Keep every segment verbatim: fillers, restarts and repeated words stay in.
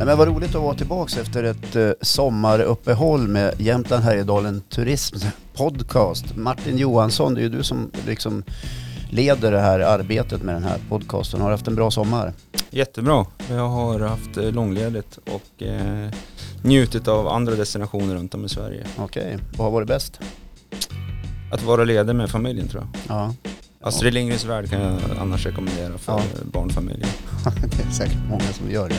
Nej, men vad roligt att vara tillbaka efter ett eh, sommaruppehåll med Jämtland Härjedalen Turism podcast. Martin Johansson, det är ju du som liksom leder det här arbetet med den här podcasten. Har du haft en bra sommar? Jättebra. Jag har haft långledigt och eh, njutit av andra destinationer runt om i Sverige. Okej, vad har varit bäst? Att vara ledig med familjen, tror jag. Ja. Astrid Lindgrens Värld kan jag annars rekommendera för ja. barnfamiljer. Det är säkert många som gör det.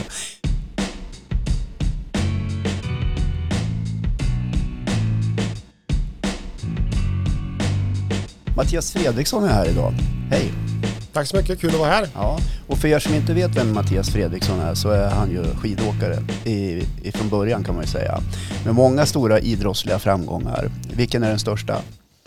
Mattias Fredriksson är här idag. Hej! Tack så mycket, kul att vara här. Ja, och för er som inte vet vem Mattias Fredriksson är så är han ju skidåkare i, ifrån början, kan man ju säga. Med många stora idrottsliga framgångar. Vilken är den största?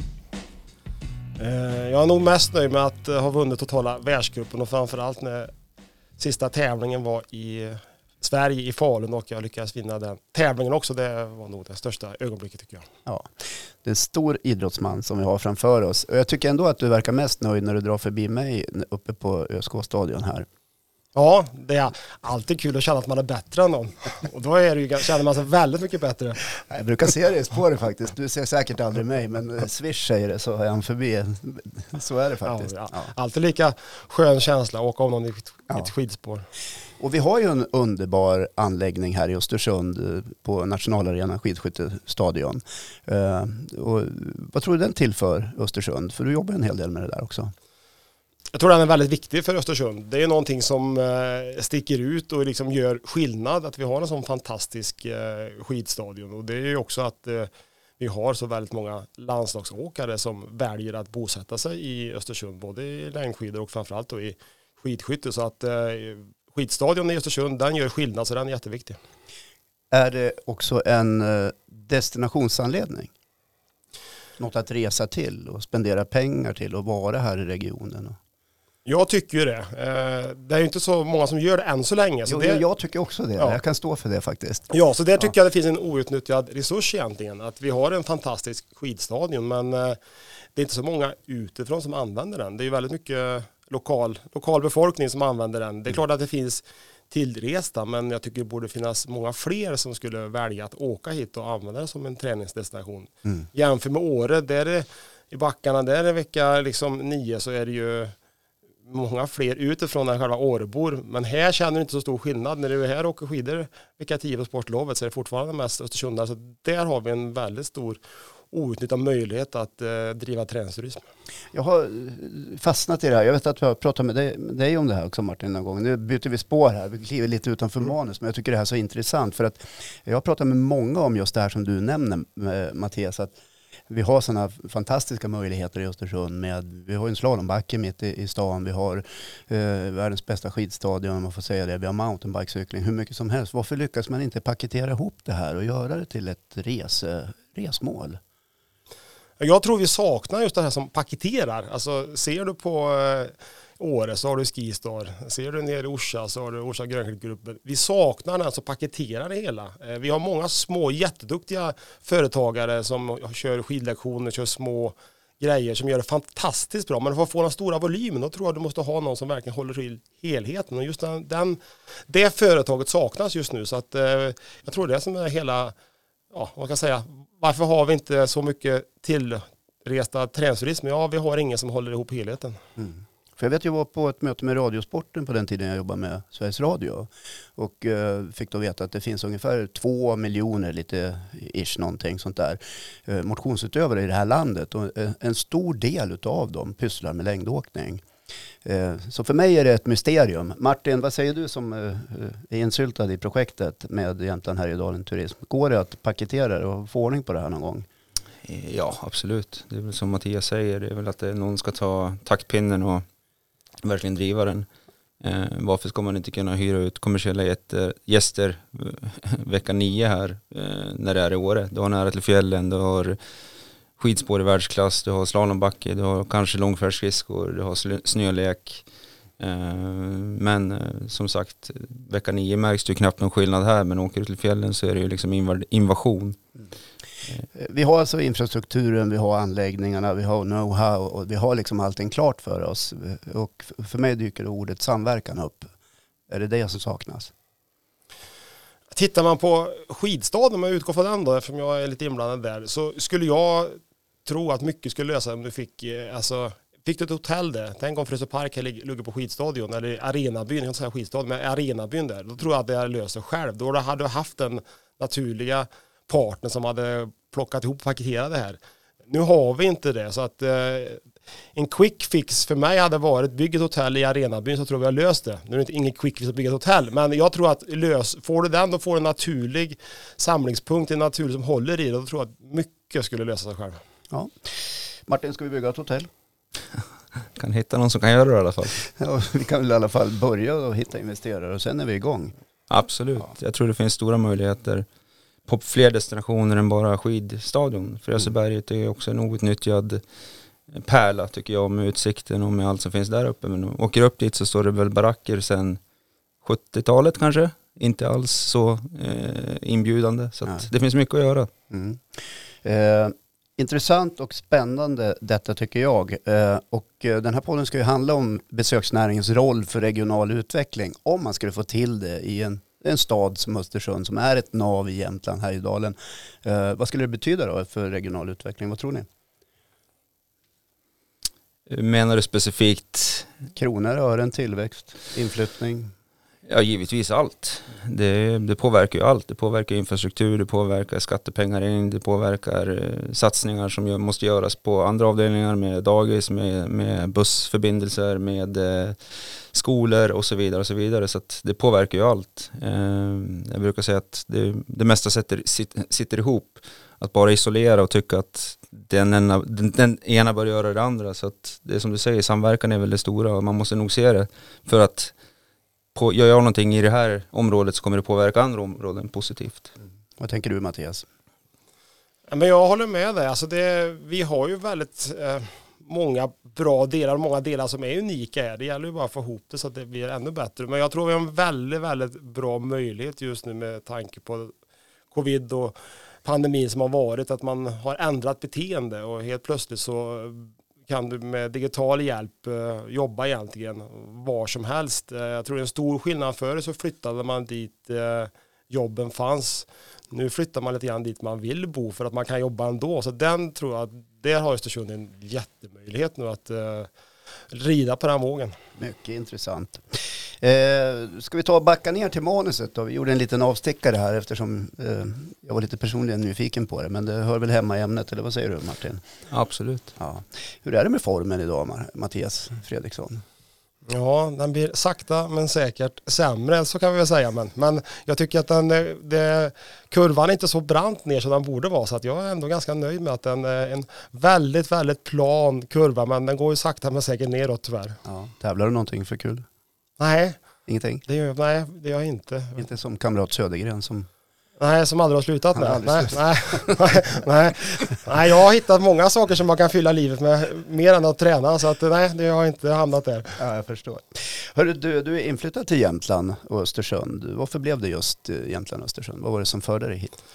Jag är nog mest nöjd med att ha vunnit totala världscupen och framförallt när sista tävlingen var i Sverige i Falun och jag lyckades vinna den tävlingen också. Det var nog det största ögonblicket, tycker jag. Ja, det är en stor idrottsman som vi har framför oss. Och jag tycker ändå att du verkar mest nöjd när du drar förbi mig uppe på ÖSK-stadion här. Ja, det är alltid kul att känna att man är bättre än någon. Och då är det ju, känner man sig väldigt mycket bättre. Jag brukar se det på det faktiskt. Du ser säkert aldrig mig, men Swish säger det så är han förbi. Så är det faktiskt. Ja, ja. Alltid lika skön känsla att åka om någon i ett ja. skidspår. Och vi har ju en underbar anläggning här i Östersund på Nationalarenan skidskyttestadion. Uh, och vad tror du den tillför Östersund? För du jobbar en hel del med det där också. Jag tror den är väldigt viktig för Östersund. Det är någonting som eh, sticker ut och liksom gör skillnad att vi har en sån fantastisk eh, skidstadion. Och det är ju också att eh, vi har så väldigt många landslagsåkare som väljer att bosätta sig i Östersund, både i längdskidor och framförallt då i skidskytte. Så att eh, skidstadion i Östersund, den gör skillnad, så den är jätteviktig. Är det också en eh, destinationsanledning? Något att resa till och spendera pengar till och vara här i regionen? Jag tycker ju det. Det är ju inte så många som gör det än så länge. Så jo, det... Jag tycker också det. Ja. Jag kan stå för det faktiskt. Ja, så där tycker ja. jag det finns en outnyttjad resurs egentligen. Att vi har en fantastisk skidstadion, men det är inte så många utifrån som använder den. Det är ju väldigt mycket lokal, lokal befolkning som använder den. Det är klart att det finns tillresta, men jag tycker det borde finnas många fler som skulle välja att åka hit och använda det som en träningsdestination. Mm. Jämför med Åre, där är i backarna, där är vecka liksom nio, så är det ju många fler utifrån än själva Årebor. Men här känner du inte så stor skillnad. När du är här och åker skidor vecka tio på sportlovet så är det fortfarande mest Östersund. Så där har vi en väldigt stor outnyttjad möjlighet att eh, driva träningsturism. Jag har fastnat i det här. Jag vet att jag har pratat med dig, med dig om det här också, Martin, någon gång. Nu byter vi spår här. Vi kliver lite utanför mm. manus, men jag tycker det här är så intressant för att jag har pratat med många om just det här som du nämner, Mattias, att vi har sådana fantastiska möjligheter i Östersund. Med, vi har en slalombacke mitt i, i stan. Vi har eh, världens bästa skidstadion, om man får säga det. Vi har mountainbikecykling, hur mycket som helst. Varför lyckas man inte paketera ihop det här och göra det till ett res, resmål? Jag tror vi saknar just det här som paketerar. Alltså, ser du på eh, Åre så har du Skistar. Ser du ner i Orsa så har du Orsa Grönskidgruppen. Vi saknar den som paketerar det hela. Eh, vi har många små jätteduktiga företagare som kör skidlektioner, kör små grejer som gör det fantastiskt bra. Men för att få den stora volymen då tror jag du måste ha någon som verkligen håller till helheten. Och just den, den, det företaget saknas just nu. Så att, eh, jag tror det är som är hela... Ja, man kan säga, varför har vi inte så mycket tillresta träningsturism? Ja, vi har ingen som håller ihop helheten. Mm. För jag vet, jag var på ett möte med Radiosporten på den tiden jag jobbade med Sveriges Radio och eh, fick då veta att det finns ungefär två miljoner, lite ish någonting sånt där, eh, motionsutövare i det här landet och eh, en stor del av dem pysslar med längdåkning. Så för mig är det ett mysterium. Martin, vad säger du som är insyltad i projektet med Jämtland Härjedalen Turism? Går det att paketera det och få ordning på det här någon gång? Ja, absolut. Det är väl som Mattias säger, det är väl att någon ska ta taktpinnen och verkligen driva den. Eh, varför ska man inte kunna hyra ut kommersiella gäster, gäster vecka nio här eh, när det är i Åre? Du har nära till fjällen, du har skidspår i världsklass, du har slalombacke, du har kanske långfärdsskridskor, du har snölek. Eh, men eh, som sagt, vecka nio märks det ju knappt någon skillnad här, men åker du till fjällen så är det ju liksom inv- invasion. Mm. Vi har alltså infrastrukturen, vi har anläggningarna, vi har know-how och vi har liksom allting klart för oss. Och för mig dyker ordet samverkan upp. Är det det som saknas? tittar man på skidstaden, om jag utgår från den då, eftersom jag är lite inblandad där, så skulle jag tro att mycket skulle lösa om du fick, alltså, fick du ett hotell där, tänk om Frösö Park ligger på skidstadion, eller Arenabyn, jag kan inte säga skidstadion, men Arenabyn där, då tror jag att det löser själv. Då hade du haft en naturliga partner som hade plockat ihop och paketerat det här. Nu har vi inte det, så att eh, en quick fix för mig hade varit bygga ett hotell i Arenabyn, så tror jag vi har löst det. Nu är det inte ingen quick fix att bygga ett hotell, men jag tror att lös, får du den, då får du en naturlig samlingspunkt, en naturlig som håller i det, då tror jag att mycket skulle lösa sig själv. Ja. Martin, ska vi bygga ett hotell? Kan hitta någon som kan göra det i alla fall. Ja, vi kan väl i alla fall börja och hitta investerare och sen är vi igång. Absolut. Ja. Jag tror det finns stora möjligheter på fler destinationer än bara skidstadion. Frösöberget är också en outnyttjad pärla tycker jag, med utsikten och med allt som finns där uppe. Men åker upp dit så står det väl baracker sedan sjuttiotalet kanske. Inte alls så eh, inbjudande. Så att det finns mycket att göra. Mm. Eh, intressant och spännande detta tycker jag. Eh, och den här podden ska ju handla om besöksnäringens roll för regional utveckling. Om man skulle få till det i en en stad som Östersund som är ett nav i Jämtland, Härjedalen. Eh, vad skulle det betyda då för regional utveckling? Vad tror ni? Menar du specifikt? Kronor, ören, tillväxt, inflyttning? Ja, givetvis allt. Det, det påverkar ju allt. Det påverkar infrastruktur, det påverkar skattepengar in, det påverkar eh, satsningar som gör, måste göras på andra avdelningar med dagis, med, med bussförbindelser, med eh, skolor och så vidare och så vidare. Så att det påverkar ju allt. Eh, jag brukar säga att det, det mesta sätter, sitter, sitter ihop. Att bara isolera och tycka att den ena, den, den ena bör göra det andra. Så att det är som du säger, samverkan är väl det stora och man måste nog se det för att På, gör jag någonting i det här området så kommer det påverka andra områden positivt. Mm. Vad tänker du, Mattias? Men jag håller med dig. Alltså det, vi har ju väldigt eh, många bra delar, många delar som är unika här. Det gäller ju bara att få ihop det så att det blir ännu bättre. Men jag tror vi har en väldigt, väldigt bra möjlighet just nu med tanke på covid och pandemin som har varit, att man har ändrat beteende och helt plötsligt så kan du med digital hjälp eh, jobba egentligen var som helst. Eh, jag tror det är en stor skillnad. Förr så flyttade man dit eh, jobben fanns. Nu flyttar man lite grann dit man vill bo för att man kan jobba ändå. Så den tror jag, där har Östersund en jättemöjlighet nu att eh, rida på den vågen. Mycket intressant. Eh, ska vi ta och backa ner till manuset då? Vi gjorde en liten avstickare här eftersom eh, jag var lite personligen nyfiken på det. Men det hör väl hemma i ämnet, eller vad säger du, Martin? Absolut. Ja. Hur är det med formen idag, Mattias Fredriksson? Ja, den blir sakta men säkert sämre, så kan vi väl säga. Men, men jag tycker att den, det, kurvan är inte så brant ner som den borde vara. Så att jag är ändå ganska nöjd med att den är en väldigt, väldigt plan kurva. Men den går ju sakta men säkert neråt tyvärr. Ja. Tävlar du någonting för kul? Nej. Ingenting? Det gör, nej, det gör jag inte. Inte som kamrat Södergren som... Nej, som aldrig har slutat med. Aldrig Nej, slutat. nej, nej, nej, jag har hittat många saker som man kan fylla livet med mer än att träna. Så att, nej, det har inte hamnat där. Ja, jag förstår. Hörru, du, du är inflyttad till Jämtland och Östersund. Varför blev det just Jämtland och Östersund? Vad var det som förde dig hit?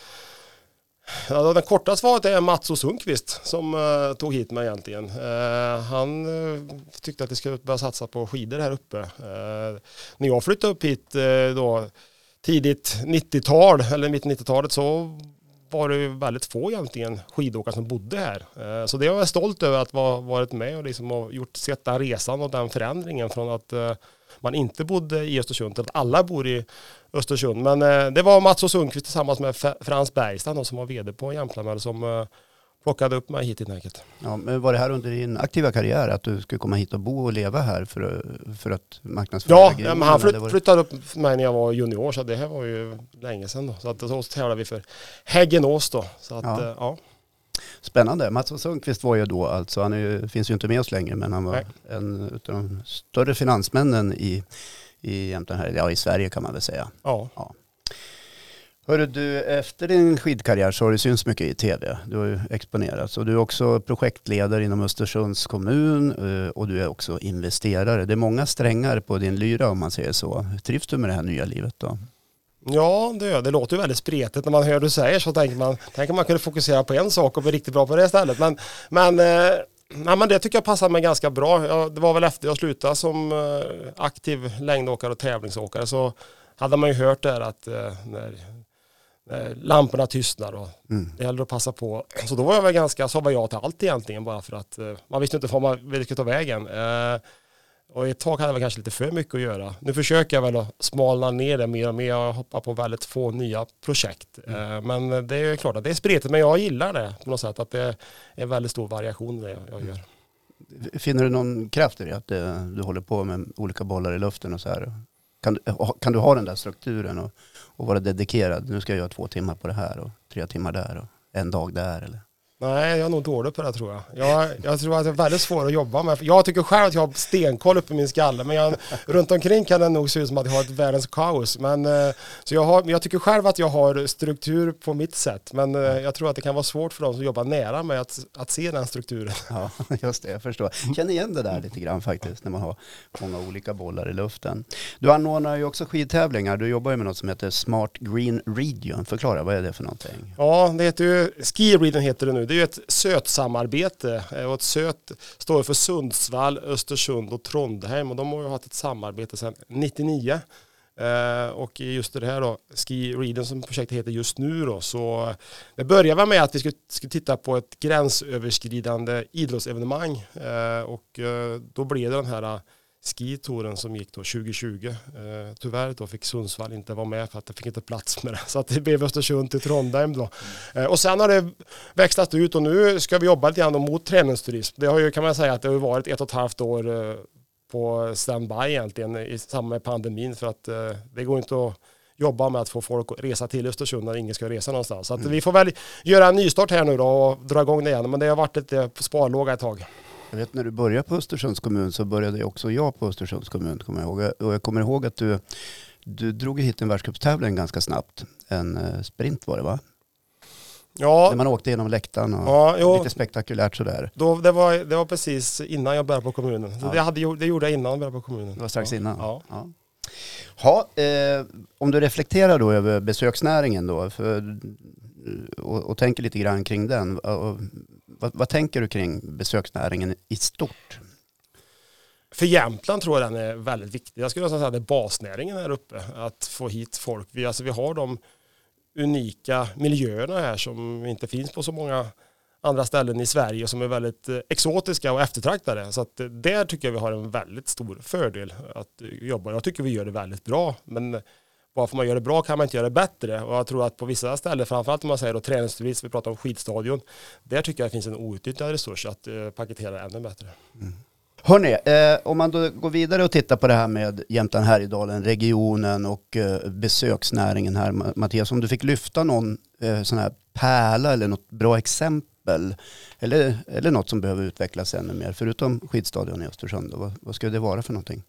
Ja, den korta svaret är Mats och Sundqvist som uh, tog hit mig egentligen. Uh, han uh, tyckte att det skulle börja satsa på skidor här uppe. Uh, när jag flyttade upp hit uh, då, tidigt nittiotal eller mitt nittiotalet så var det väldigt få egentligen skidåkare som bodde här. Uh, så det är jag stolt över att ha varit med och liksom ha gjort, sett den resan och den förändringen från att uh, man inte bodde i Östersund till att alla bor i Östersund. Men eh, det var Mats och Sundqvist tillsammans med F- Frans Bergstrand som var vd på Jämtland som eh, plockade upp mig hit i näket. Ja, men var det här under din aktiva karriär att du skulle komma hit och bo och leva här för, för att marknadsföra Ja, regionen, men han flytt, var det... flyttade upp mig när jag var junior, så det här var ju länge sedan då. Så att så tävlade vi för Häggenås då. Så att, ja. Eh, ja. Spännande. Mats och Sundqvist var ju då alltså, han är ju, finns ju inte med oss längre, men han var Nej. en av de större finansmännen i, i Jämtland här, ja i Sverige kan man väl säga. Ja. Ja. Hörru du, efter din skidkarriär så har du syns mycket i tv. Du har ju exponerats och du är också projektledare inom Östersunds kommun och du är också investerare. Det är många strängar på din lyra om man säger så. Trivs du med det här nya livet då? Ja, det, det låter ju väldigt spretigt när man hör du säger så tänker man, tänker man kunde fokusera på en sak och bli riktigt bra på det istället. Men, men, eh, nej, men det tycker jag passar mig ganska bra. Jag, det var väl efter jag slutade som eh, aktiv längdåkare och tävlingsåkare så hade man ju hört där att eh, när, när lamporna tystnar och Mm. det gäller att passa på. Så då var jag väl ganska, så var jag till allt egentligen bara för att eh, man visste inte var man ville ta vägen. Eh, och ett tag hade jag väl kanske lite för mycket att göra. Nu försöker jag väl att smalna ner det mer och mer. Jag hoppar på väldigt få nya projekt. Mm. Eh, men det är klart att det är spretigt, men jag gillar det på något sätt. Att det är väldigt stor variation i det jag gör. Finner du någon kraft i det, att det, du håller på med olika bollar i luften och så här? Kan, kan du ha den där strukturen och, och vara dedikerad? Nu ska jag göra två timmar på det här och tre timmar där och en dag där eller? Nej, jag är nog dålig på det tror jag. jag. Jag tror att det är väldigt svårt att jobba med. Jag tycker själv att jag har stenkoll uppe i min skalle, men jag, runt omkring kan det nog se ut som att jag har ett världens kaos. Men, så jag, har, jag tycker själv att jag har struktur på mitt sätt, men jag tror att det kan vara svårt för dem som jobbar nära mig att, att se den strukturen. Ja, just det, jag förstår. Jag känner igen det där lite grann faktiskt, när man har många olika bollar i luften. Du anordnar ju också skidtävlingar. Du jobbar ju med något som heter Smart Green Region. Förklara, vad är det för någonting? Ja, det heter ju, Ski Region heter det nu. Det är ju ett sötsamarbete, och ett söt står för Sundsvall, Östersund och Trondheim, och de har ju haft ett samarbete sedan nittionio. Eh, och just det här då, Ski Region som projektet heter just nu då, så det började med att vi skulle, skulle titta på ett gränsöverskridande idrottsevenemang, eh, och eh, då blev det den här skitouren som gick då tjugo tjugo. Eh, tyvärr då fick Sundsvall inte vara med för att det fick inte plats med det. Så att det blev Östersund till Trondheim då. Eh, och sen har det växlat ut och nu ska vi jobba lite grann mot träningsturism. Det har ju, kan man säga, att det har varit ett och ett halvt år eh, på standby egentligen i samband med pandemin, för att eh, det går inte att jobba med att få folk att resa till Östersund när ingen ska resa någonstans. Så att mm. vi får väl göra en nystart här nu då och dra igång det igen. Men det har varit lite på sparlåga ett tag. Jag vet, när du började på Östersunds kommun så började också jag på Östersunds kommun, kommer jag ihåg. Och jag kommer ihåg att du, du drog hit en världscupstävling ganska snabbt. En uh, sprint var det, va? Ja. När man åkte genom läktaren och ja, lite spektakulärt sådär. Då, det, var, det var precis innan jag började på kommunen. Så ja. det, hade, det gjorde jag innan jag började på kommunen. Det var strax ja. innan? Ja. ja. Ha, eh, om du reflekterar då över besöksnäringen då för, och, och tänker lite grann kring den. Och, vad, vad tänker du kring besöksnäringen i stort? För Jämtland tror jag den är väldigt viktig. Jag skulle säga att det är basnäringen här uppe. Att få hit folk. Vi, alltså, vi har de unika miljöerna här som inte finns på så många andra ställen i Sverige, som är väldigt exotiska och eftertraktade. Så att där tycker jag vi har en väldigt stor fördel att jobba. Jag tycker vi gör det väldigt bra, men bara för man gör det bra kan man inte göra det bättre. Och jag tror att på vissa ställen, framförallt om man säger då träningsturism, vi pratar om skidstadion, där tycker jag det finns en outnyttjad resurs att uh, paketera ännu bättre. Mm. Hörrni, eh, om man då går vidare och tittar på det här med Jämtland, Härjedalen, regionen och eh, besöksnäringen här, Mattias, om du fick lyfta någon eh, sån här pärla eller något bra exempel eller, eller något som behöver utvecklas ännu mer, förutom skidstadion i Östersund, vad, vad skulle det vara för någonting?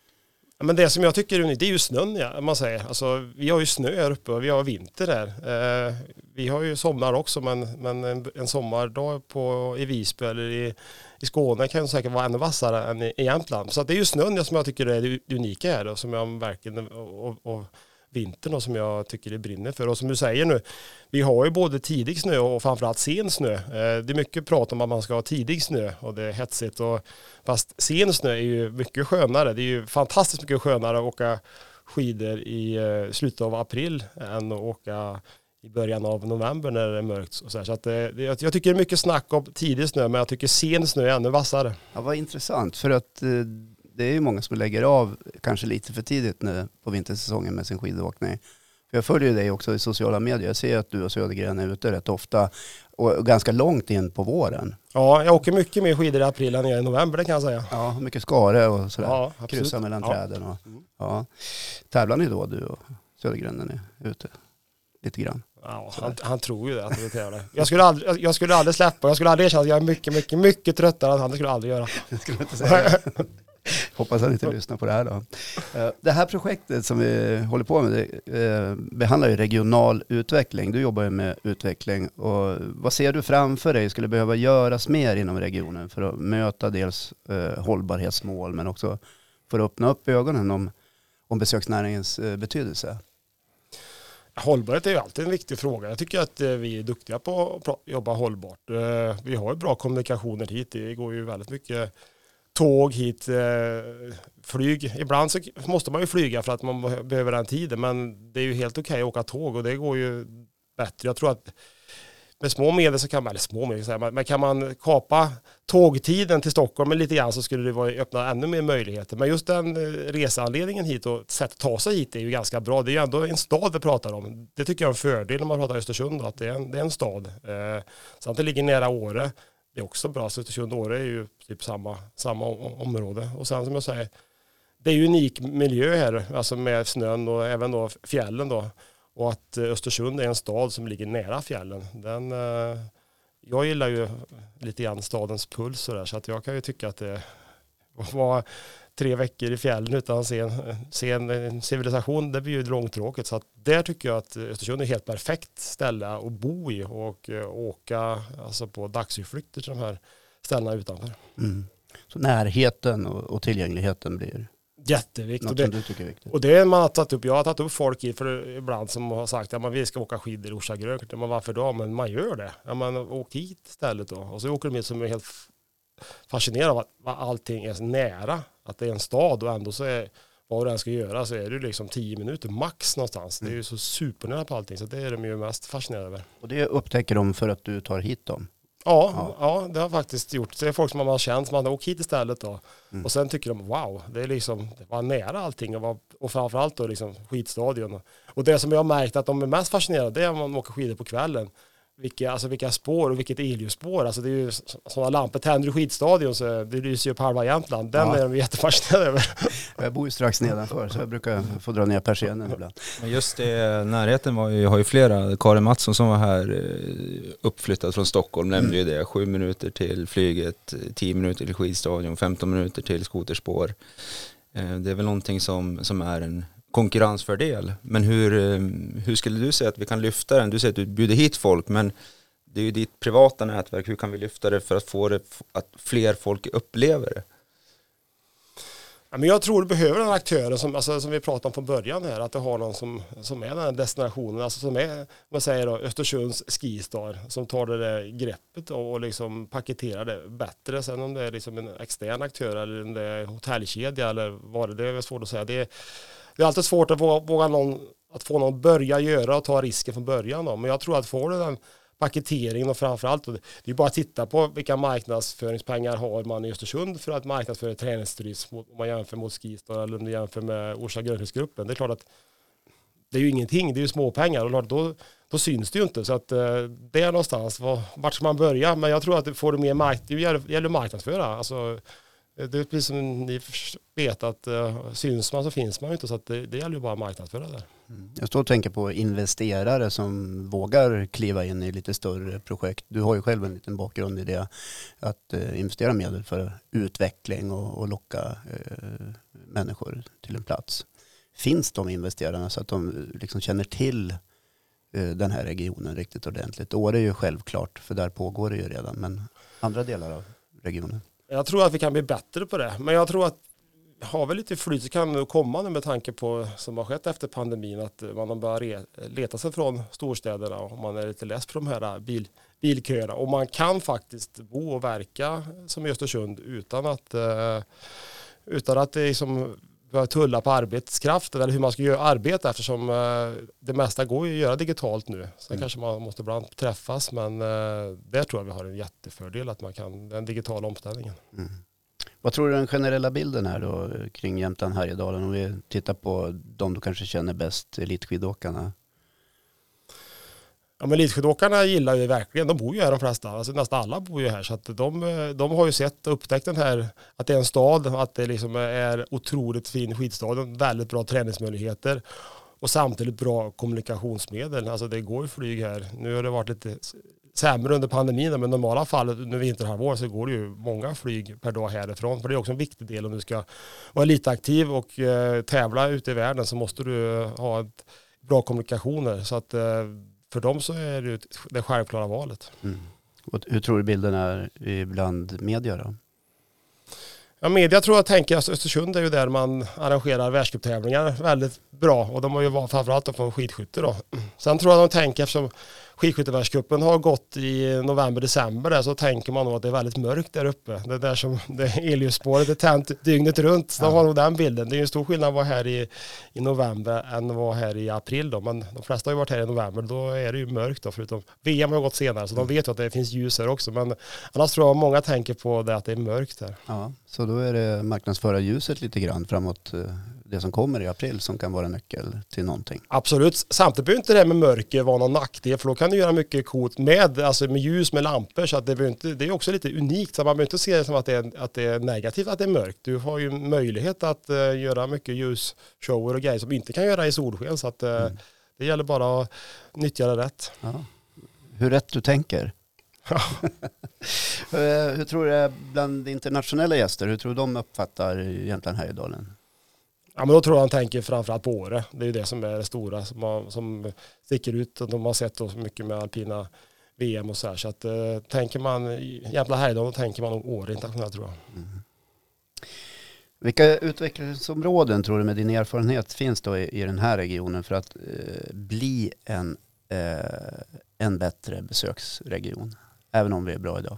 Men det som jag tycker är unikt, det är ju snön, ja, man säger. Alltså, vi har ju snö här uppe och vi har vinter där. Eh, vi har ju sommar också, men, men en, en sommardag på, i Visby eller i, i Skåne kan ju säkert vara ännu vassare än i, i Jämtland. Så det är ju snön som jag tycker är det unika här och som jag verkligen, och, och vintern och som jag tycker det brinner för. Och som du säger nu, vi har ju både tidig snö och framförallt sen snö. Det är mycket prat om att man ska ha tidig snö och det är hetsigt. Och, fast sen snö är ju mycket skönare. Det är ju fantastiskt mycket skönare att åka skidor i slutet av april än att åka i början av november när det är mörkt. Och så här. Så att det, det, jag tycker det är mycket snack om tidig snö, men jag tycker sen snö är ännu vassare. Ja, vad intressant, för att det är ju många som lägger av kanske lite för tidigt nu på vintersäsongen med sin skidåkning. För jag följer dig också i sociala medier. Jag ser att du och Södergren är ute rätt ofta och ganska långt in på våren. Ja, jag åker mycket mer skidor i april än i november, det kan jag säga. Ja, mycket skare och sådär. Ja, kryssa mellan ja. träden. Och, ja. Tävlar ni då, du och Södergren, när ni är ute? Lite grann. Ja, han, han tror ju det att vi tävlar. Jag skulle aldrig, jag skulle aldrig släppa. Jag skulle aldrig erkänna att jag är mycket, mycket, mycket tröttare än han. Det skulle jag aldrig göra. Det skulle jag inte säga. Hoppas han inte lyssnar på det här då. Det här projektet som vi håller på med det behandlar ju regional utveckling. Du jobbar ju med utveckling. Och vad ser du framför dig skulle behöva göras mer inom regionen för att möta dels eh, hållbarhetsmål, men också för att öppna upp ögonen om, om besöksnäringens eh, betydelse? Hållbarhet är ju alltid en viktig fråga. Jag tycker att vi är duktiga på att jobba hållbart. Vi har ju bra kommunikationer hit. Det går ju väldigt mycket tåg hit, eh, flyg. Ibland så måste man ju flyga för att man behöver den tiden, men det är ju helt okej att åka tåg och det går ju bättre. Jag tror att med små medel så kan man, eller små medel, men kan man kapa tågtiden till Stockholm med lite grann så skulle det vara, öppna ännu mer möjligheter. Men just den reseanledningen hit och sätt att ta sig hit är ju ganska bra. Det är ju ändå en stad vi pratar om. Det tycker jag är en fördel när man pratar Östersund då, att det är en, det är en stad. Eh, samt det ligger nära Åre. Det är också bra. Så Östersund och Åre är ju typ samma, samma område. Och sen som jag säger, det är ju unik miljö här, alltså med snön och även då fjällen då. Och att Östersund är en stad som ligger nära fjällen. Den, eh, jag gillar ju lite grann stadens puls och där, så att jag kan ju tycka att det var tre veckor i fjällen utan att se en, se en civilisation, det blir ju långtråkigt. Så att där tycker jag att Östersund är ett helt perfekt ställe att bo i och uh, åka alltså på dagsutflykter till de här ställena utanför. Mm. Så närheten och, och tillgängligheten blir jätteviktigt. Något och det, som du tycker är viktigt. Och det är man har tagit upp. Jag har tagit upp folk i för ibland som har sagt att ja, vi ska åka skidor i Orsa Grönt. Men varför då? Men man gör det. Ja, man åker hit istället då. Och så åker de hit som är helt fascinerad av att allting är så nära. Att det är en stad och ändå så är vad du än ska göra så är det liksom tio minuter max någonstans. Mm. Det är ju så supernära på allting, så det är de ju mest fascinerade över. Och det upptäcker de för att du tar hit dem? Ja, ja. ja det har faktiskt gjort. Det är folk som man har känt som man har åkt hit istället då. Mm. Och sen tycker de, wow, det är liksom, det var nära allting och, var, och framförallt då liksom skidstadion. Och det som jag har märkt att de är mest fascinerade, det är att man åker skidor på kvällen. Vilka, alltså vilka spår och vilket elljusspår. Alltså det är ju sådana lampor. Tänder i skidstadion så det lyser ju på halva Jämtland. Den ja. är de jättefascinerade över. Jag bor ju strax nedanför så jag brukar få dra ner persiennen ibland. Men just det, närheten var ju, jag har ju flera. Karin Mattsson som var här uppflyttad från Stockholm nämnde mm. ju det. Sju minuter till flyget, tio minuter till skidstadion, femton minuter till skoterspår. Det är väl någonting som, som är en konkurrensfördel. Men hur, hur skulle du säga att vi kan lyfta den? Du säger att du bjuder hit folk, men det är ju ditt privata nätverk. Hur kan vi lyfta det för att få det att fler folk upplever det? Ja, men jag tror du behöver en aktör som, alltså, som vi pratade om från början här, att du har någon som, som är den här destinationen, alltså som är, vad säger då, Östersunds skistar, som tar det där greppet och, och liksom paketerar det bättre. Sen om det är liksom en extern aktör eller om det är hotellkedja eller vad det, det är svårt att säga. Det är, Det är alltid svårt att, våga någon, att få någon börja göra och ta risken från början. Då. Men jag tror att får du den paketeringen och framförallt, det är bara att titta på vilka marknadsföringspengar har man i Östersund för att marknadsföra träningsturism om man jämför mot Skistar eller om du jämför med Orsa Grönhusgruppen. Det är klart att det är ju ingenting, det är ju små pengar och då, då syns det ju inte. Så att det är någonstans, vart ska man börja? Men jag tror att får du mer mark- det gäller att marknadsföra. Alltså, det är precis som ni vet att uh, syns man så finns man ju inte, så att det, det gäller ju bara att marknadsföra där. Mm. Jag står och tänker på investerare som vågar kliva in i lite större projekt. Du har ju själv en liten bakgrund i det, att uh, investera medel för utveckling och, och locka uh, människor till en plats. Finns de investerarna så att de liksom känner till uh, den här regionen riktigt ordentligt? Åre är ju självklart, för där pågår det ju redan, men andra delar av regionen? Jag tror att vi kan bli bättre på det. Men jag tror att har vi lite flyt så kan det komma nu med tanke på som har skett efter pandemin att man har börjat leta sig från storstäderna och man är lite less på de här bil, bilköerna. Och man kan faktiskt bo och verka som i Östersund utan att, utan att det liksom börja tulla på arbetskraften eller hur man ska göra arbeta, eftersom det mesta går ju att göra digitalt nu. Sen mm. kanske man måste ibland träffas, men där tror jag vi har en jättefördel att man kan den digitala omställningen. Mm. Vad tror du den generella bilden är då kring Jämtland Härjedalen om vi tittar på de du kanske känner bäst, elitskidåkarna? Ja, men elitskidåkarna gillar ju verkligen, de bor ju här de flesta, alltså nästan alla bor ju här, så att de, de har ju sett och upptäckt den här, att det är en stad, att det liksom är otroligt fin skidstad, väldigt bra träningsmöjligheter och samtidigt bra kommunikationsmedel, alltså det går ju flyg här. Nu har det varit lite sämre under pandemin, men i normala fall nu vinterhalvår så går det ju många flyg per dag härifrån, för det är också en viktig del om du ska vara lite aktiv och eh, tävla ute i världen, så måste du ha ett bra kommunikationer, så att eh, för dem så är det det självklara valet. Mm. Och hur tror du bilden är ibland media då? Ja, media tror jag tänker att Östersund är ju där man arrangerar världscuptävlingar väldigt bra, och de har ju varit framförallt från skidskytte då. Sen tror jag de tänker, eftersom skidskyttevärldscupen har gått i november, december där, så tänker man nog att det är väldigt mörkt där uppe. Det är där som det elljusspåret är tänt dygnet runt. Så ja. De har nog den bilden. Det är ju en stor skillnad att vara här i, i november än att vara här i april då. Men de flesta har ju varit här i november, då är det ju mörkt då, förutom V M har gått senare, så de vet ju att det finns ljus här också. Men annars tror jag många tänker på det att det är mörkt här. Ja, så då är det marknadsföra ljuset lite grann framåt det som kommer i april som kan vara nyckel till någonting. Absolut. Samtidigt behöver inte det med mörker vara någon nackdel, för då kan du göra mycket coolt med, alltså med ljus, med lampor, så att det, inte, det är också lite unikt, så man behöver inte se det som att det, är, att det är negativt att det är mörkt. Du har ju möjlighet att uh, göra mycket ljusshower och grejer som inte kan göra i solsken, så att uh, mm. det gäller bara att nyttja det rätt. Ja. Hur rätt du tänker. Hur tror du är bland internationella gäster? Hur tror du de uppfattar Jämtland Härjedalen? Ja, men då tror jag han tänker framförallt på Åre. Det är ju det som är det stora som, har, som sticker ut. De har sett så mycket med alpina V M och så här. Så att, eh, tänker man Jämtland Härjedalen, då tänker man nog Åre internationellt, tror jag. Mm. Vilka utvecklingsområden tror du med din erfarenhet finns då i, i den här regionen för att eh, bli en, eh, en bättre besöksregion? Även om vi är bra idag.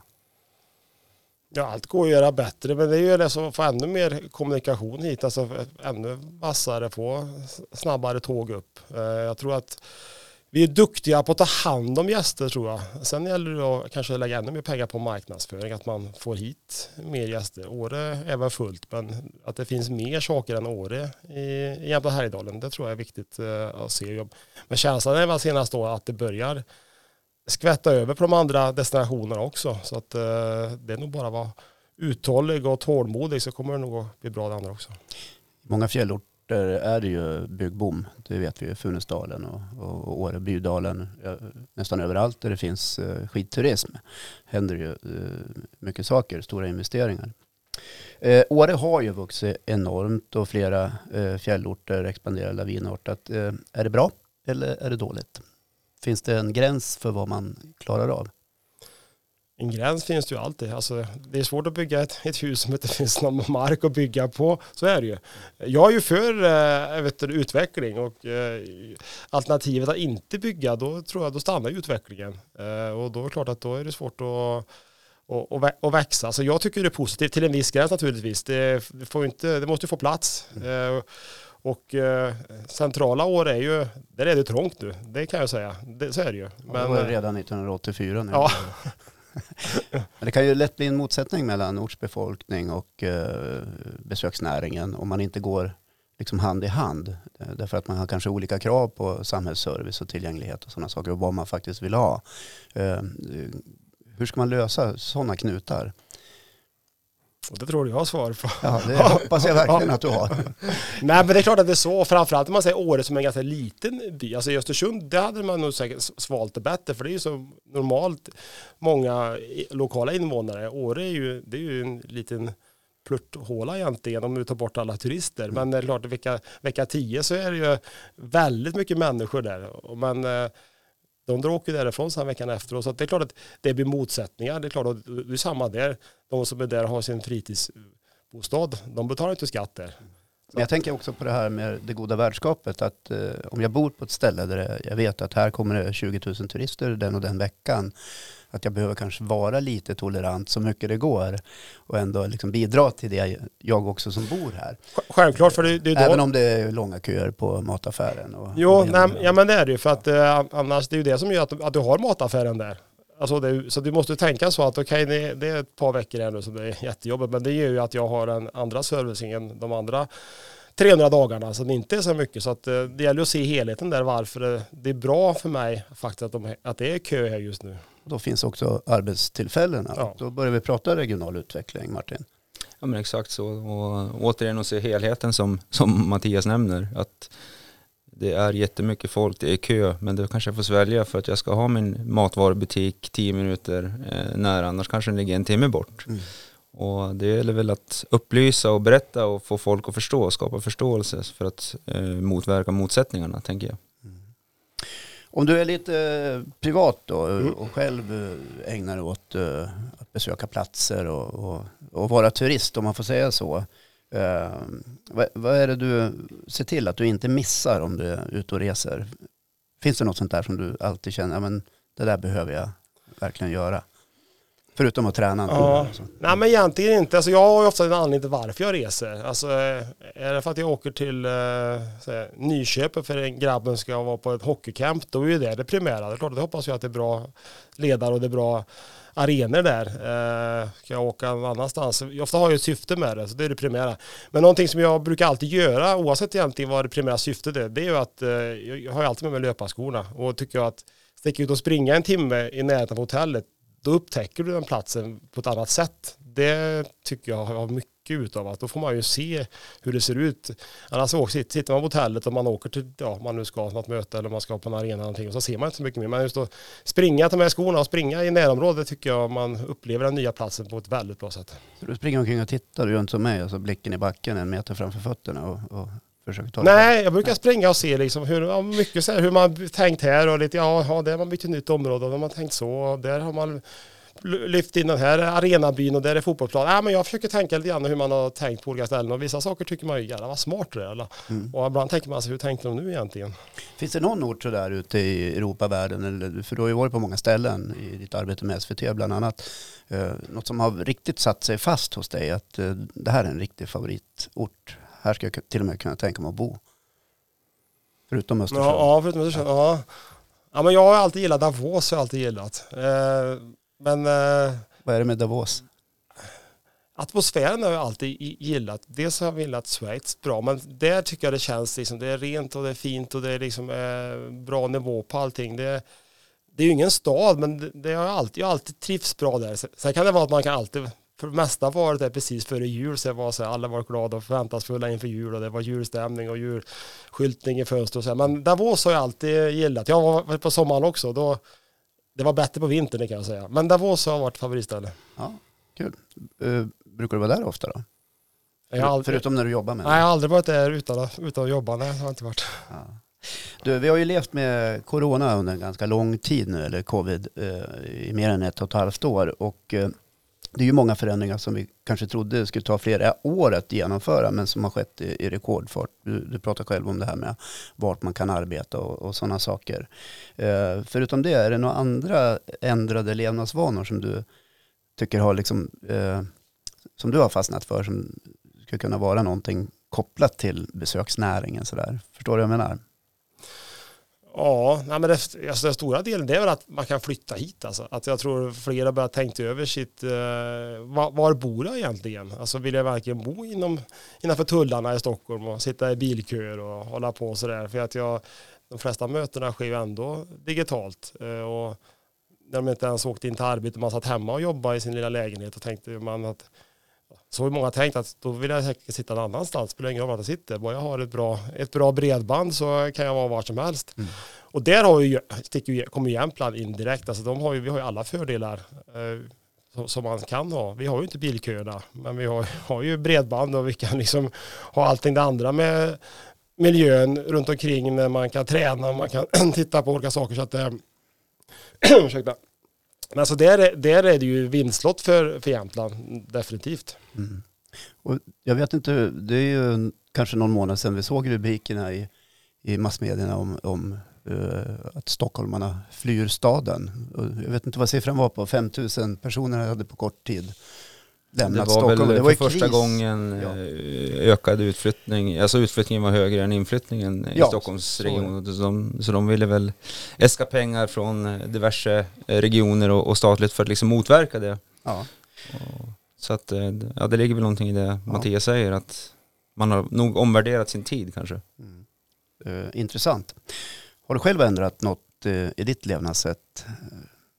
Ja, allt går att göra bättre, men det är ju det som får ännu mer kommunikation hit, alltså ännu vassare, få snabbare tåg upp. Jag tror att vi är duktiga på att ta hand om gäster, tror jag. Sen gäller det att kanske lägga ännu mer pengar på marknadsföring, att man får hit mer gäster. Åre är väl fullt, men att det finns mer saker än Åre i Jämtland Härjedalen, det tror jag är viktigt att se. Men känslan är väl senast då att det börjar skvätta över på de andra destinationerna också. Så att eh, det är nog bara att vara uthållig och tålmodig, så kommer det nog att bli bra det andra också. Många fjällorter är det ju byggboom. Det vet vi ju, Funäsdalen och, och Åre, Bydalen. Nästan överallt där det finns eh, skidturism händer ju eh, mycket saker, stora investeringar. Eh, Åre har ju vuxit enormt och flera eh, fjällorter expanderar lavinartat. Eh, är det bra eller är det dåligt? Finns det en gräns för vad man klarar av? En gräns finns det ju alltid. Alltså, det är svårt att bygga ett, ett hus som inte finns någon mark att bygga på. Så är det ju. Jag är ju för äh, vet du, utveckling, och äh, alternativet att inte bygga, då tror jag då stannar utvecklingen. Äh, och då är det klart att då är det svårt att och, och, och växa. Så jag tycker det är positivt till en viss gräns naturligtvis. Det, det, får inte, det måste ju få plats. Mm. Äh, Och eh, centrala år är ju, där är det trångt nu, det kan jag säga. Det, så är det ju. Men, det var det redan nittonhundraåttiofyra nu. Ja. Men det kan ju lätt bli en motsättning mellan ortsbefolkning och eh, besöksnäringen om man inte går liksom hand i hand. Därför att man har kanske olika krav på samhällsservice och tillgänglighet och sådana saker och vad man faktiskt vill ha. Eh, hur ska man lösa sådana knutar? Och det tror jag har svar på. Ja, det hoppas jag verkligen att du har. Nej, men det är klart att det är så. Framförallt om man säger Åre som en ganska liten by. Alltså i Östersund, det hade man nog säkert svalt det bättre. För det är ju så normalt många lokala invånare. Åre är ju, det är ju en liten plurthåla egentligen om vi tar bort alla turister. Men det är klart att vecka, vecka tio så är det ju väldigt mycket människor där. Men de drar åker därifrån sen veckan efter. Så det är klart att det blir motsättningar. Det är klart att det är samma där. De som är där har sin fritidsbostad, de betalar inte skatt där. Men jag tänker också på det här med det goda värdskapet. Att eh, om jag bor på ett ställe där jag vet att här kommer det tjugo tusen turister den och den veckan. Att jag behöver kanske vara lite tolerant så mycket det går. Och ändå liksom bidra till det jag också som bor här. Självklart. För det, det är då... Även om det är långa köer på mataffären. Och, jo, och nej, ja, men det är det ju. För att eh, annars det är ju det som gör att, att du har mataffären där. Alltså det, så du måste tänka så att okej, okay, det, det är ett par veckor här nu som det är jättejobbigt. Men det gör ju att jag har en andra servicingen de andra trehundra dagarna som inte är så mycket. Så att det gäller att se helheten där, varför det är bra för mig faktiskt att, de, att det är kö här just nu. Då finns också arbetstillfällena. Ja. Då börjar vi prata regional utveckling, Martin. Ja, men exakt så. Och återigen att se helheten som, som Mattias nämner. Att det är jättemycket folk, det är kö, men det kanske jag får svälja för att jag ska ha min matvarubutik tio minuter eh, nära, annars kanske den ligger en timme bort. Mm. Och det gäller väl att upplysa och berätta och få folk att förstå, skapa förståelse för att eh, motverka motsättningarna, tänker jag. Mm. Om du är lite privat då och själv ägnar dig åt uh, att besöka platser och, och, och vara turist, om man får säga så. Uh, vad, vad är det du ser till att du inte missar om du är ute och reser? Finns det något sånt där som du alltid känner, ja, men det där behöver jag verkligen göra. Förutom att träna. Ja. Nej, men egentligen inte. Alltså, jag har ju ofta en anledning till varför jag reser. Alltså, är det för att jag åker till eh, Nyköping för en grabben ska vara på ett hockeycamp, då är ju det det primära. Det är klart, det hoppas jag att det är bra ledare och det är bra arenor där. Eh, ska jag åka någon annanstans? Ofta har jag ett syfte med det, så det är det primära. Men någonting som jag brukar alltid göra, oavsett egentligen vad det primära syftet är, det är ju att eh, jag har alltid med mig löparskorna. Och tycker jag att sticka ut och springa en timme i närheten av hotellet, då upptäcker du den platsen på ett annat sätt. Det tycker jag har mycket utav, att då får man ju se hur det ser ut. Annars åker, sitter man på hotellet och man åker till, ja, man nu ska ha något möte eller man ska på en arena eller någonting, och så ser man inte så mycket mer. Men just att springa, ta med skorna och springa i närområdet, tycker jag man upplever den nya platsen på ett väldigt bra sätt. Så du springer omkring och tittar, du gör inte som mig, och så blicken i backen en meter framför fötterna och, och försöker ta det. Nej, jag brukar springa och se liksom hur, ja, mycket så här, hur man tänkt här och lite, ja, ja där har man bytt ett nytt område och där har man tänkt så, och där har man lyft in den här arenabyn och där är fotbollsplan. Ja, men jag försöker tänka lite grann hur man har tänkt på olika ställen, och vissa saker tycker man ju, ja, vad smart det är. Eller? Mm. Och ibland tänker man sig, hur tänkte de nu egentligen? Finns det någon ort så där ute i Europavärlden, eller, för du har ju varit på många ställen i ditt arbete med S V T bland annat, eh, något som har riktigt satt sig fast hos dig, att eh, det här är en riktig favoritort. Här ska jag till och med kunna tänka mig att bo. Förutom Östersund. Ja, förutom Östersund, ja. Ja, men jag har alltid gillat Davos, har jag alltid gillat. Eh, Men, eh, vad är det med Davos? Atmosfären har jag alltid gillat. Dels har jag gillat Schweiz bra, men där tycker jag det känns liksom, det är rent och det är fint och det är liksom eh, bra nivå på allting. Det, det är ju ingen stad, men det, det har jag alltid, jag har alltid trivs bra där. Sen kan det vara att man kan alltid, för det mesta var det precis före jul, så var så här, alla var glada och förväntansfulla inför jul och det var julstämning och julskyltning i fönster och så här. Men Davos har jag alltid gillat. Jag var på sommaren också, då det var bättre på vintern, det kan jag säga. Men Davos har varit favoritställe. Ja, kul. Uh, brukar du vara där ofta då? Jag har aldrig, Förutom när du jobbar med det? Nej, jag har aldrig varit där utan, utan att jobba. Nej, jag har inte varit. Ja. Du, vi har ju levt med corona under en ganska lång tid nu, eller covid, uh, i mer än ett och ett halvt år. Och uh, det är ju många förändringar som vi kanske trodde skulle ta flera år att genomföra, men som har skett i, i rekordfart. Du, du pratar själv om det här med vart man kan arbeta och, och sådana saker. Eh, förutom det, är det några andra ändrade levnadsvanor som du tycker har liksom, eh, som du har fastnat för, som skulle kunna vara någonting kopplat till besöksnäringen sådär? Förstår du vad jag menar? Ja, nej, men det, alltså den stora delen det är väl att man kan flytta hit. Alltså. Att jag tror flera börjar tänka över sitt, eh, var, var bor jag egentligen? Alltså vill jag verkligen bo inom, innanför tullarna i Stockholm och sitta i bilköer och hålla på sådär? För att jag, de flesta mötena sker ju ändå digitalt. Eh, och när de inte ens åkte in till arbete, man satt hemma och jobbade i sin lilla lägenhet och tänkte man att så har många tänkt att då vill jag säkert sitta någon annanstans. Spelar ingen roll var jag sitter. Bara jag har ett bra, ett bra bredband så kan jag vara var som helst. Mm. Och där har ju, sticker, kommer Jämtland in direkt. Alltså de har ju, vi har ju alla fördelar eh, som, som man kan ha. Vi har ju inte bilköerna, men vi har, har ju bredband och vi kan liksom ha allting det andra med miljön runt omkring när man kan träna och man kan titta på olika saker. Så att det, ursäkta. Men alltså där, där är det ju vinstlott för, för Jämtland, definitivt. Mm. Och jag vet inte, det är ju kanske någon månad sedan vi såg rubrikerna i, i massmedierna om, om uh, att stockholmarna flyr staden. Och jag vet inte vad siffran var på, fem tusen personer hade på kort tid lämnat Stockholm. Det var väl det var för första kris. gången ja. ökad utflyttning. Alltså utflyttningen var högre än inflyttningen i ja, Stockholmsregionen. Så, så, de, så de ville väl äska pengar från diverse regioner och, och statligt för att liksom motverka det. Ja. Och, så att ja, det ligger väl någonting i det ja. Mattias säger, att man har nog omvärderat sin tid kanske. Mm. Uh, intressant. Har du själv ändrat något uh, i ditt levnadssätt, uh,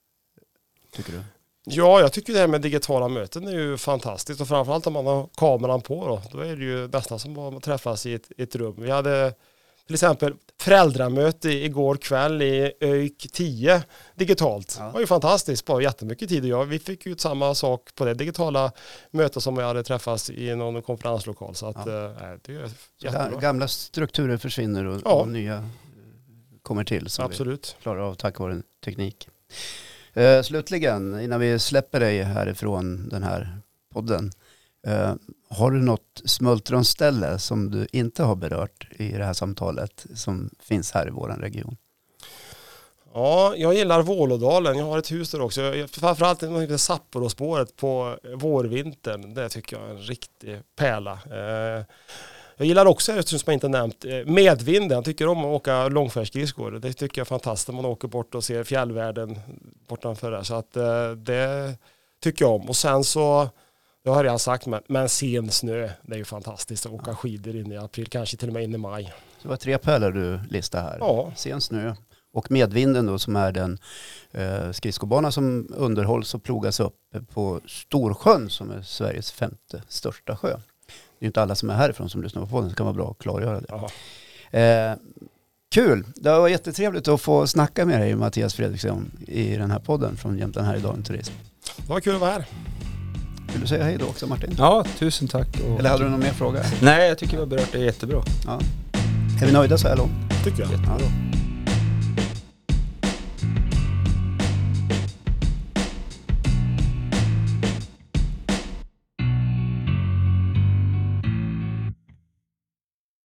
tycker du? Ja, jag tycker det här med digitala möten är ju fantastiskt, och framförallt om man har kameran på då, då är det ju nästan som att träffas i ett, ett rum. Vi hade till exempel föräldramöte igår kväll i ÖIK tio digitalt. Ja. Det var ju fantastiskt, bara jättemycket tid. Och jag, vi fick ut samma sak på det digitala mötet som jag hade träffats i någon konferenslokal. Så att, ja. äh, det är jättebra. Gamla strukturer försvinner och, ja. och nya kommer till som Absolut. vi klarar av tack vare teknik. Uh, slutligen, innan vi släpper dig härifrån den här podden, uh, har du något smultronställe som du inte har berört i det här samtalet som finns här i vår region? Ja, jag gillar Vålådalen. Jag har ett hus där också. Jag, framförallt det Sapporo-spåret på vårvintern. Det tycker jag är en riktig pärla. Eh, jag gillar också, eftersom jag inte nämnt, Medvinden. Jag tycker om att åka långfärdsskridskor. Det tycker jag är fantastiskt. Man åker bort och ser fjällvärlden bortanför där. Så att eh, det tycker jag om. Och sen så, jag har redan sagt, men, men sen snö. Det är ju fantastiskt att åka skidor in i april. Kanske till och med in i maj. Så det var tre pärlor du listade här. Ja. Sen snö. Och Medvinden då, som är den eh, skridskobana som underhålls och plogas upp på Storsjön, som är Sveriges femte största sjö. Det är ju inte alla som är härifrån som lyssnar på podden, så det kan vara bra att klargöra det. Eh, kul! Det var jättetrevligt att få snacka med dig, Mattias Fredriksson, i den här podden från Jämtland Härjedalen Turism. Det var kul att vara här. Vill du säga hej då också, Martin? Ja, tusen tack. Och... Eller hade du någon mer fråga? Nej, jag tycker vi har berört det jättebra. Ja. Är vi nöjda så här långt? Tycker jag. Ja.